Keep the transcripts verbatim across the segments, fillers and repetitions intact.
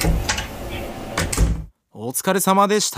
お疲れ様でした。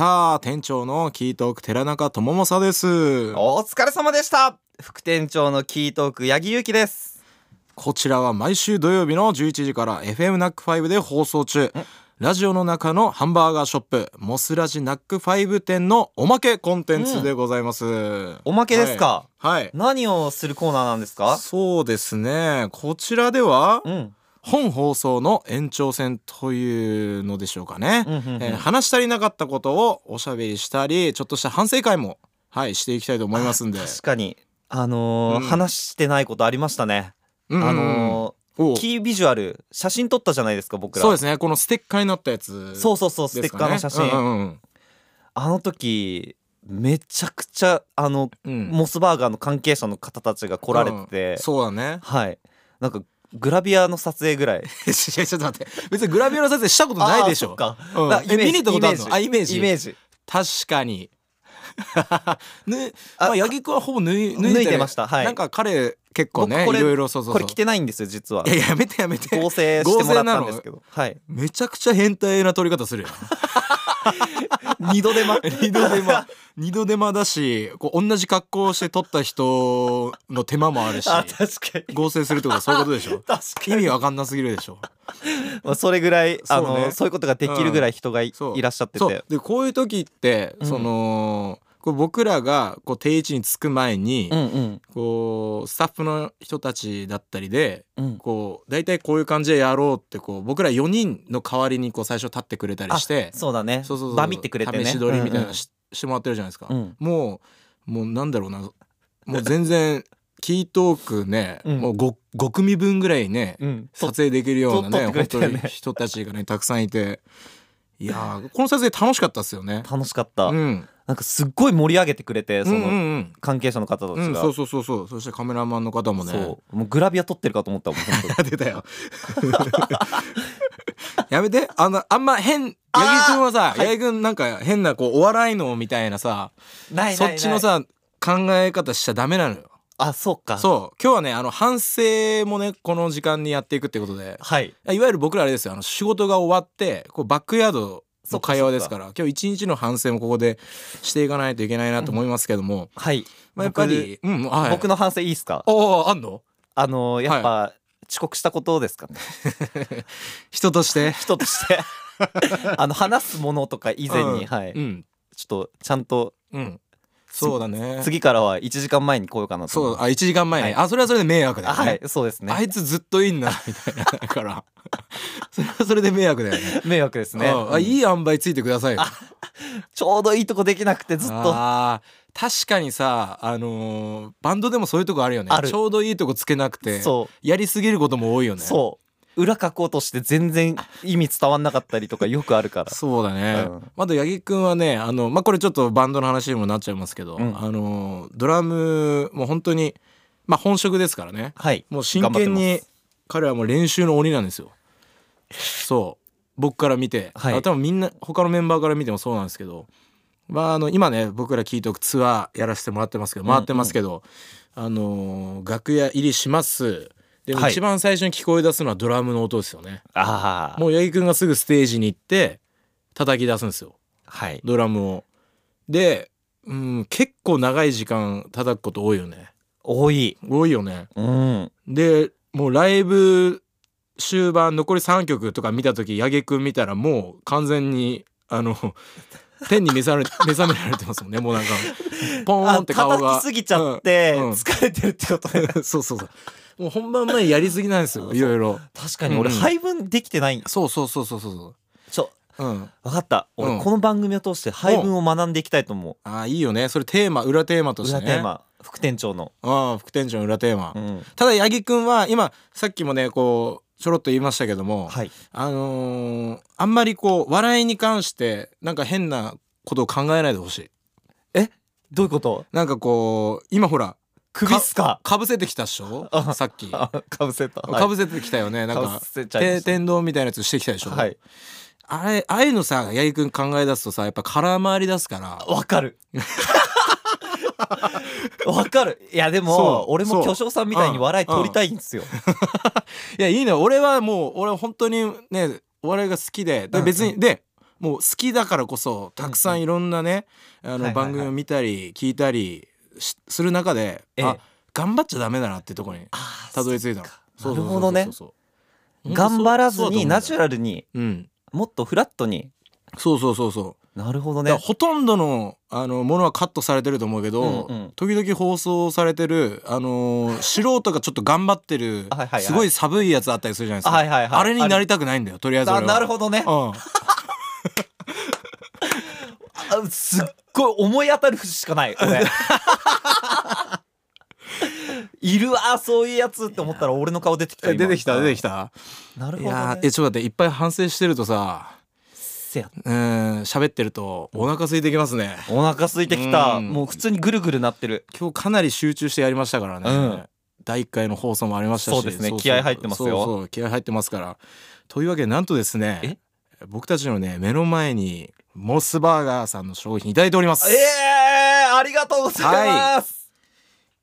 店長のキートーク寺中智正です。 お疲れ様でした。副店長のキートーク八木ゆきです。 こちらは毎週土曜日のじゅういちじから エフエム ナックファイブで放送中、ラジオの中のハンバーガーショップモスラジナックファイブ店のおまけコンテンツでございます、うん、 おまけですか。 はい、はい、 何をするコーナーなんですか。 そうですね、こちらでは、うん、本放送の延長線というのでしょうかね、うんうんうん、えー、話し足りなかったことをおしゃべりしたり、ちょっとした反省会も、はい、していきたいと思いますんで。 確かにあのーうん、話してないことありましたね、うんうん、あのーキービジュアル写真撮ったじゃないですか、僕ら。 そうですね、このステッカーになったやつ、ね、 そうそうそう、ステッカーの写真、うんうんうん、あの時めちゃくちゃあの、うん、モスバーガーの関係者の方たちが来られてて、 うん、そうだね、 はい、なんかグラビアの撮影ぐらいいやちょっと待って、別にグラビアの撮影したことないでしょ。 あ、 そっか、うん、え見に行ったことあるの。あ、イメージイメージ確かにぬあ、まあ、八木くんはほぼ脱い、脱い脱いでました、はい、 なんか彼結構ね、いろいろ、そうそうそう、 これ着てないんですよ実は。 いややめてやめて、 合成してもらったんですけど、はい、 めちゃくちゃ変態な撮り方するよ二度手間二度手間二度手間だし、こう同じ格好して撮った人の手間もあるし、 あ、確かに合成するってことはそういうことでしょ。 確かに意味わかんなすぎるでしょまあそれぐらい、あのそう、ね、そういうことができるぐらい人が い,、うん、いらっしゃってて、 そうで、こういう時って、うん、そのこう僕らがこう定位置に着く前に、うんうん、こうスタッフの人たちだったりで、うん、こうだいたいこういう感じでやろうってこう僕らよにんの代わりにこう最初立ってくれたりして、 そうだね、 そうそうそう、 バミってくれてね、 試し撮りみたいなの し,、うんうん、してもらってるじゃないですか、うん、もうもうなんだろうな、もう全然キートークね、うん、もう 5, ご組分ぐらいね、うん、撮影できるようなね、本当に人たちがねたくさんいて、いやこの撮影楽しかったですよね。 楽しかった、うん、なんかすっごい盛り上げてくれて、その関係者の方たちが、うんうん、 そうそうそうそう、そしてカメラマンの方もね、 そうもうグラビア撮ってるかと思ったもん本当出たよやめて、あのあんま変、八木くんはさ、八木くんなんか変なこうお笑いのみたいなさ、 ないないない、 そっちのさ考え方しちゃダメなのよ。 あ、そうか。 そう、今日はね、あの反省もねこの時間にやっていくってことで、はい、いわゆる僕らあれですよ、あの仕事が終わってこうバックヤードの会話ですから、今日一日の反省もここでしていかないといけないなと思いますけども、うん、 はい、 まあ、やっぱり、うん、はい、 僕の反省いいですか。 おー、あんの。 あのー、やっぱ、はい、遅刻したことですかね人として人としてあの話すものとか以前に、うん、はい、うん、ちょっとちゃんと、うん、 そうだね、 次からはいちじかんまえに来ようかなと。 そう、あ、いちじかんまえに、はい、あ、それはそれで迷惑だよね。 はい、そうですね。 あいつずっといんなみたいなだからそれはそれで迷惑だよね。 迷惑ですね。 あ、いい塩梅ついてくださいよ。 ちょうどいいとこできなくてずっと。 あ、確かにさ、あのー、バンドでもそういうとこあるよね。ちょうどいいとこつけなくて、そうやりすぎることも多いよね。 そう、裏書こうとして全然意味伝わんなかったりとかよくあるからそうだね、うん、まだ八木くんはね、あの、まあ、これちょっとバンドの話にもなっちゃいますけど、うん、あのドラムも本当に、まあ、本職ですからね、はい、もう真剣に彼はもう練習の鬼なんですよ。そう、僕から見て、はい、あ、多分みんな他のメンバーから見てもそうなんですけど、まあ、あの今ね僕ら聞いておくツアーやらせてもらってますけど、回ってますけど、うんうん、あの楽屋入りします。でも一番最初に聞こえ出すのはドラムの音ですよね。あ、もう八木くんがすぐステージに行って叩き出すんですよ、はい、ドラムを。で、うん、結構長い時間叩くこと多いよね。 多い多いよね、うん、でもうライブ終盤残りさんきょくとか見た時、八木くん見たらもう完全にあの天に目覚め目覚められてますもんね。もうなんかポーンって顔が叩きすぎちゃって疲れてるってことね、 うん、そうそうそう、もう本番前やりすぎなんですよいろいろ。 確かに俺配分できてない、うん、 そうそうそうそうそう、 ちょ、うん、分かった、俺、うん、この番組を通して配分を学んでいきたいと思う。 ああ、いいよね、それテーマ、裏テーマとしてね。 裏テーマ、副店長の、 ああ、副店長の裏テーマ、うん、ただ八木くんは今さっきもねこうちょろっと言いましたけども、はい、あのー、あんまりこう笑いに関してなんか変なことを考えないでほしい。 え、どういうこと。 なんかこう今ほら首っすか、 かぶせてきたっしょさっき。 かぶせた、 かぶせてきたよね、なんか天丼みたいなやつしてきたでしょ、はい、あれ、ああいうのさ八木くん考え出すとさやっぱ空回り出すから。 わかるわかる。いやでも俺も巨匠さんみたいに笑い取りたいんですよ、うん、 いやいいのよ、俺はもう俺本当にねお笑いが好きで、で別に、うんうん、でもう好きだからこそたくさんいろんなね、うんうん、あの番組を見たり聞いたりする中で、ええ、あ頑張っちゃダメだなっていうところにたどり着いたの。 なるほどね。頑張らずにナチュラルに、うん、もっとフラットに。 そうそうそうそう。 なるほどね。 ほとんどのあのものはカットされてると思うけど、うんうん、時々放送されてる、あのー、素人がちょっと頑張ってるはいはい、はい、すごい寒いやつあったりするじゃないですか、はいはいはい、あれになりたくないんだよとりあえず俺は。 なるほどね、うん、すっごい思い当たる節しかない俺いるわそういうやつって思ったら俺の顔出てきた。 出てきた出てきた。 なるほど、ね、いやえちょっと待って、いっぱい反省してるとさ、うん喋ってるとお腹空いてきますね。 お腹空いてきた。もう普通にぐるぐるなってる。 今日かなり集中してやりましたからね、うん、だいいっかいの放送もありましたし。 そうですね、気合入ってますよ。 そうそう気合入ってますから。というわけでなんとですね、僕たちのね目の前にモスバーガーさんの商品いただいております。 えー、ありがとうございます、 はい、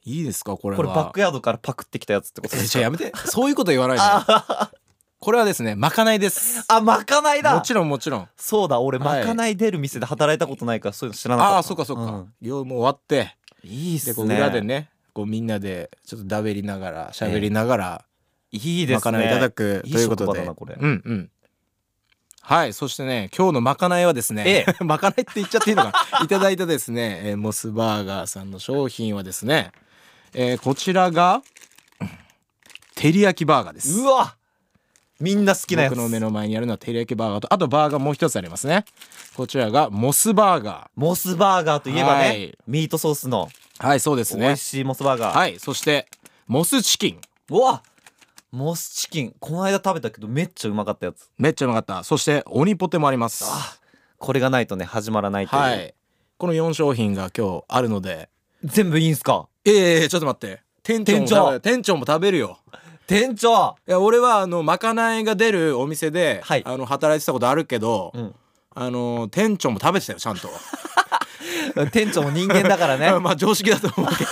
いいですかこれは。 これバックヤードからパクってきたやつってことですか。 じゃあやめてそういうこと言わないでこれはですねまかないです。 あ、まかないだ。 もちろんもちろん。 そうだ、俺まかない出る店で働いたことないからそういうの知らなかった。 ああそうかそうか。業務終わっていいっすね。 でこう裏でねこうみんなでちょっとだべりながら喋りながら、 えー、いいですね、 まかないいただくということで。いい職場だなこれ。うんうん。はい、そしてね今日のまかないはですね、ええ、まかないって言っちゃっていいのかいただいたですね、えー、モスバーガーさんの商品はですね、えー、こちらが照り焼きバーガーです。 うわみんな好きなやつ。 僕の目の前にあるのは照り焼きバーガーと、あとバーガーもう一つありますね。こちらがモスバーガー。 モスバーガーといえばね、はい、ミートソースのはいそうですね、 美味しいモスバーガー。 はい、そしてモスチキン。 うわモスチキンこの間食べたけどめっちゃうまかったやつ。 めっちゃうまかった。そしてオニポテもあります。 あこれがないとね始まらないという、はい、 このよん商品が今日あるので。 全部いいんすか。 ええー、ちょっと待って、店長も食べ店長も食べるよ。 店長。 いや俺はあのまかないが出るお店で、はい、あの働いてたことあるけど、うん、あの店長も食べてたよちゃんと店長も人間だからねまあ常識だと思うけど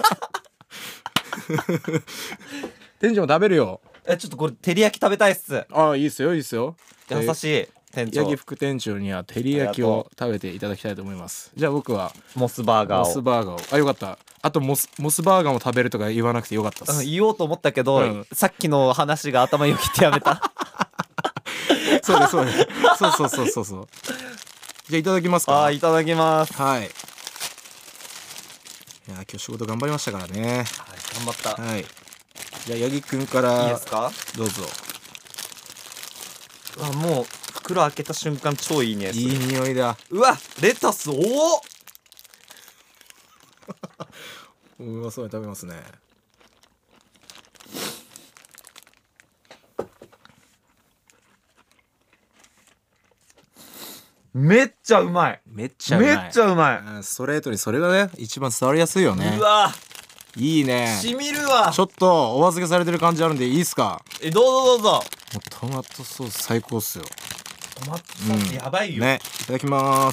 店長も食べるよ。 えちょっとこれ照り焼き食べたいっす。 ああいいっすよいいっすよ。 優しい店長。 八木副店長には照り焼きを食べていただきたいと思います。じゃあ僕はモスバーガーを。 モスバーガーを。あよかった。あとモスモスバーガーも食べるとか言わなくてよかったっす。 言おうと思ったけど、うん、さっきの話が頭よぎってやめたそうですそうですそうそうそうそうそう。じゃあいただきますか。 あいただきます。 はい。いや今日仕事頑張りましたからね。はい頑張った。 はい。じゃあ八木くんからいいですか。 どうぞ。 あもう袋開けた瞬間超いいね。 いい匂いだ。 うわレタスおおうまそうに食べますね。 めっちゃうまい。 めっちゃうまい。 めっちゃうまい。ストレートにそれがね一番伝わりやすいよね。 うわいいね。 しみるわ。 ちょっとお預けされてる感じあるんでいいっすか。 えどうぞどうぞ。もうトマトソース最高っすよ。 トマトソースやばいよ、 うん、ねいただきます。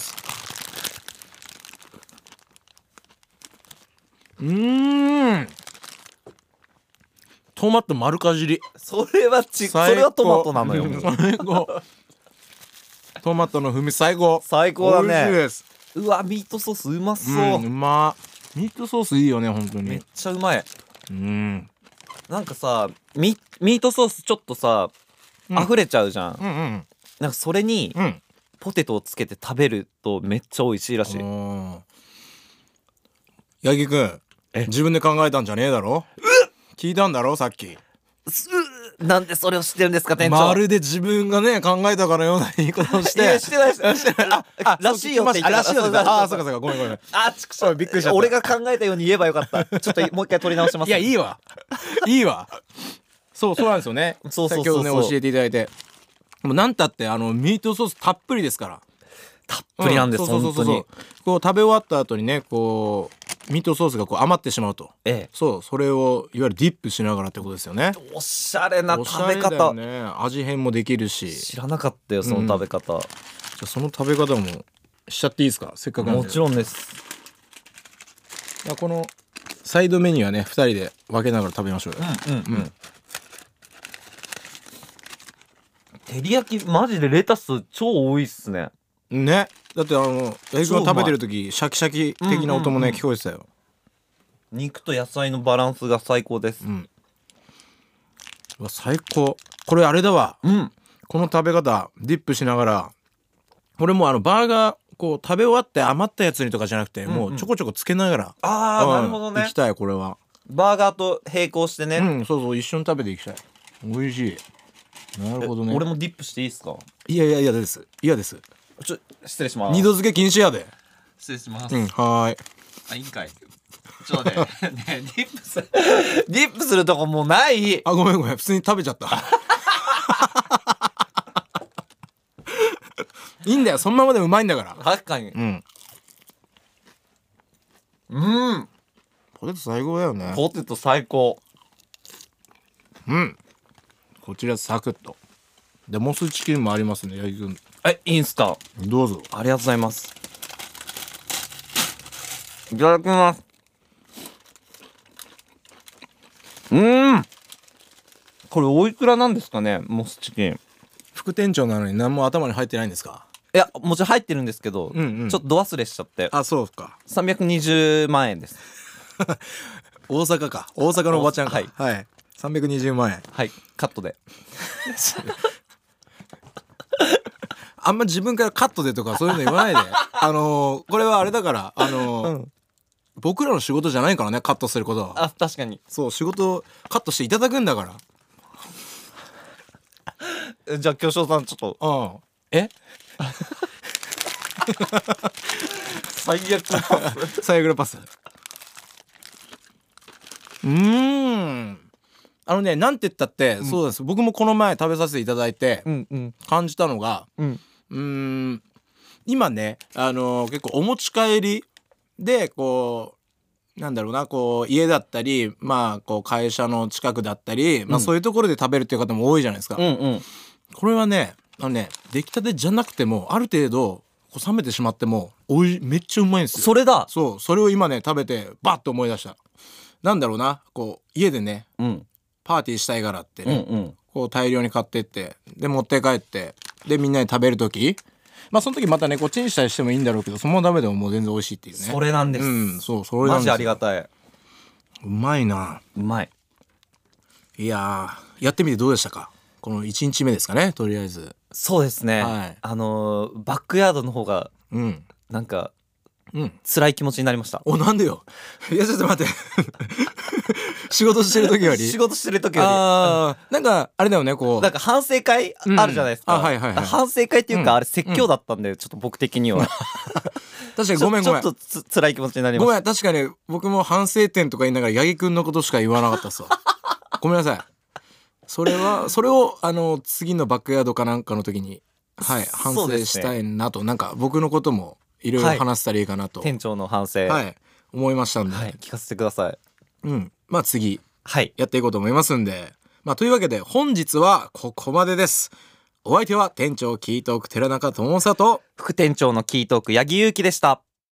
うーんトマト丸かじり。 それはちそれはトマトなのよ最高トマトの風味最高。 最高だね。 美味しいです。 うわミートソースうまそう、 うん、うまミートソースいいよね本当に。 めっちゃうまい。 うんなんかさ ミ, ミートソースちょっとさ、うん、溢れちゃうじゃん、うんうん、なんかそれに、うん、ポテトをつけて食べるとめっちゃ美味しいらしい。 八木くん自分で考えたんじゃねえだろ。聞いたんだろさっき。 なんでそれを知ってるんですか店長。 まるで自分がね考えたかのような言い方をして。いやしてないしてないああらしいよって言ってらしいよって言ってああそうかそうかごめんごめん。 あちくしょうびっくりしちゃった。 俺が考えたように言えばよかった。ちょっともう一回取り直します。 いやいいわいいわそうそうなんですよね。 そうそうそうそう先ほどね教えていただいてもうなんたってあのミートソースたっぷりですから。 たっぷりなんです、うん、そうそうそうそう本当にこう食べ終わった後にねこうミートソースがこう余ってしまうと、ええ、そうそれをいわゆるディップしながらってことですよね。 おしゃれな食べ方。 おしゃれだよね。味変もできるし。 知らなかったよその食べ方、うん、じゃあその食べ方もしちゃっていいですかせっかくなんで。 もちろんです。 このサイドメニューはねふたりで分けながら食べましょうよ。うんうんうん、 照り焼きマジでレタス超多いっすね。 ね、だってあの八木君が食べてる時シャキシャキ的な音もね、うんうんうん、聞こえてたよ。 肉と野菜のバランスが最高です。 うん、うわ最高。これあれだわ、 うん、 この食べ方ディップしながら、俺もあのバーガーこう食べ終わって余ったやつにとかじゃなくて、うんうん、もうちょこちょこつけながら、 あー、うん、なるほどね。 いきたい。これはバーガーと並行してね、 うん、そうそう、一緒に食べていきたい。美味しい。なるほどね。 俺もディップしていいですか？ いやいやいやです嫌です。 ちょ失礼します。 二度漬け禁止やで。 失礼します。 うん、はーい。 あ、いいんかい。ちょっとねねディップすディップするとこもうない。 あ、ごめんごめん、普通に食べちゃったいいんだよ、そのままでうまいんだから。 確かに。 うんうん、 ポテト最高だよね。 ポテト最高。 うん、こちらサクッとでモスチキンもありますね、八木くん。 え、いいんすか？ どうぞ。 ありがとうございます。いただきます。うん、これおいくらなんですかね、モスチキン。 副店長なのに何も頭に入ってないんですか？ いや、もちろん入ってるんですけど、うんうん、ちょっとど忘れしちゃって。 あ、そうか。 さんびゃくにじゅうまんえんです大阪か、大阪のおばちゃんか。はい、はい、さんびゃくにじゅうまんえん。 はい、カットであんま自分からカットでとかそういうの言わないであのー、これはあれだからあのーうん、僕らの仕事じゃないからね、カットすることは。 あ、確かに。 そう、仕事カットしていただくんだからじゃあ京翔さんちょっと、 うん、え最悪のパス最悪のパス。うーん、あのね、なんて言ったって、うん、そうです、僕もこの前食べさせていただいて感じたのが、うん、うーん、今ね、あのー、結構お持ち帰りでこうなんだろうな、こう家だったり、まあこう会社の近くだったり、うん、まあそういうところで食べるっていう方も多いじゃないですか。うんうん、これはね、あのね、出来たてじゃなくてもある程度こう冷めてしまってもおいめっちゃうまいんですよ。 それだ。 そう、それを今ね食べてバッと思い出した。なんだろうな、こう家でね、うん、パーティーしたいからってね、うんうん、こう大量に買ってってで持って帰ってでみんなで食べる時、まあその時またねこうチンしたりしてもいいんだろうけど、そのまま食べてももう全然美味しいっていうね。 それなんです、うん、 そう、それなんです。 マジありがたい。 うまいな。 うまい。 いやー、やってみてどうでしたか？このいちにちめですかね、とりあえず。 そうですね、 はい、 あのー、バックヤードの方が、うん、なんか、うん、辛い気持ちになりました。 お、なんでよ。いやちょっと待って仕事してる時より仕事してる時よりあなんかあれだよね、こうなんか反省会あるじゃないですか、 うん、あ、はいはいはい、 反省会っていうか、うん、あれ説教だったんで、うん、ちょっと僕的には確かにごめんごめん、 ちょっとつ辛い気持ちになりました。 ごめん、確かに僕も反省点とか言いながら八木くんのことしか言わなかったっすわごめんなさい。それはそれをあの次のバックヤードかなんかの時に、はい、反省したいなと、ね、なんか僕のこともいろいろ話せたらいいかなと、 はい、店長の反省、 はい、思いましたんで、 はい、聞かせてください。 うん、まあ次、 はい、 やっていこうと思いますんで、まあというわけで本日はここまでです。お相手は店長キートーク寺中智久と副店長のキートーク八木勇樹でした。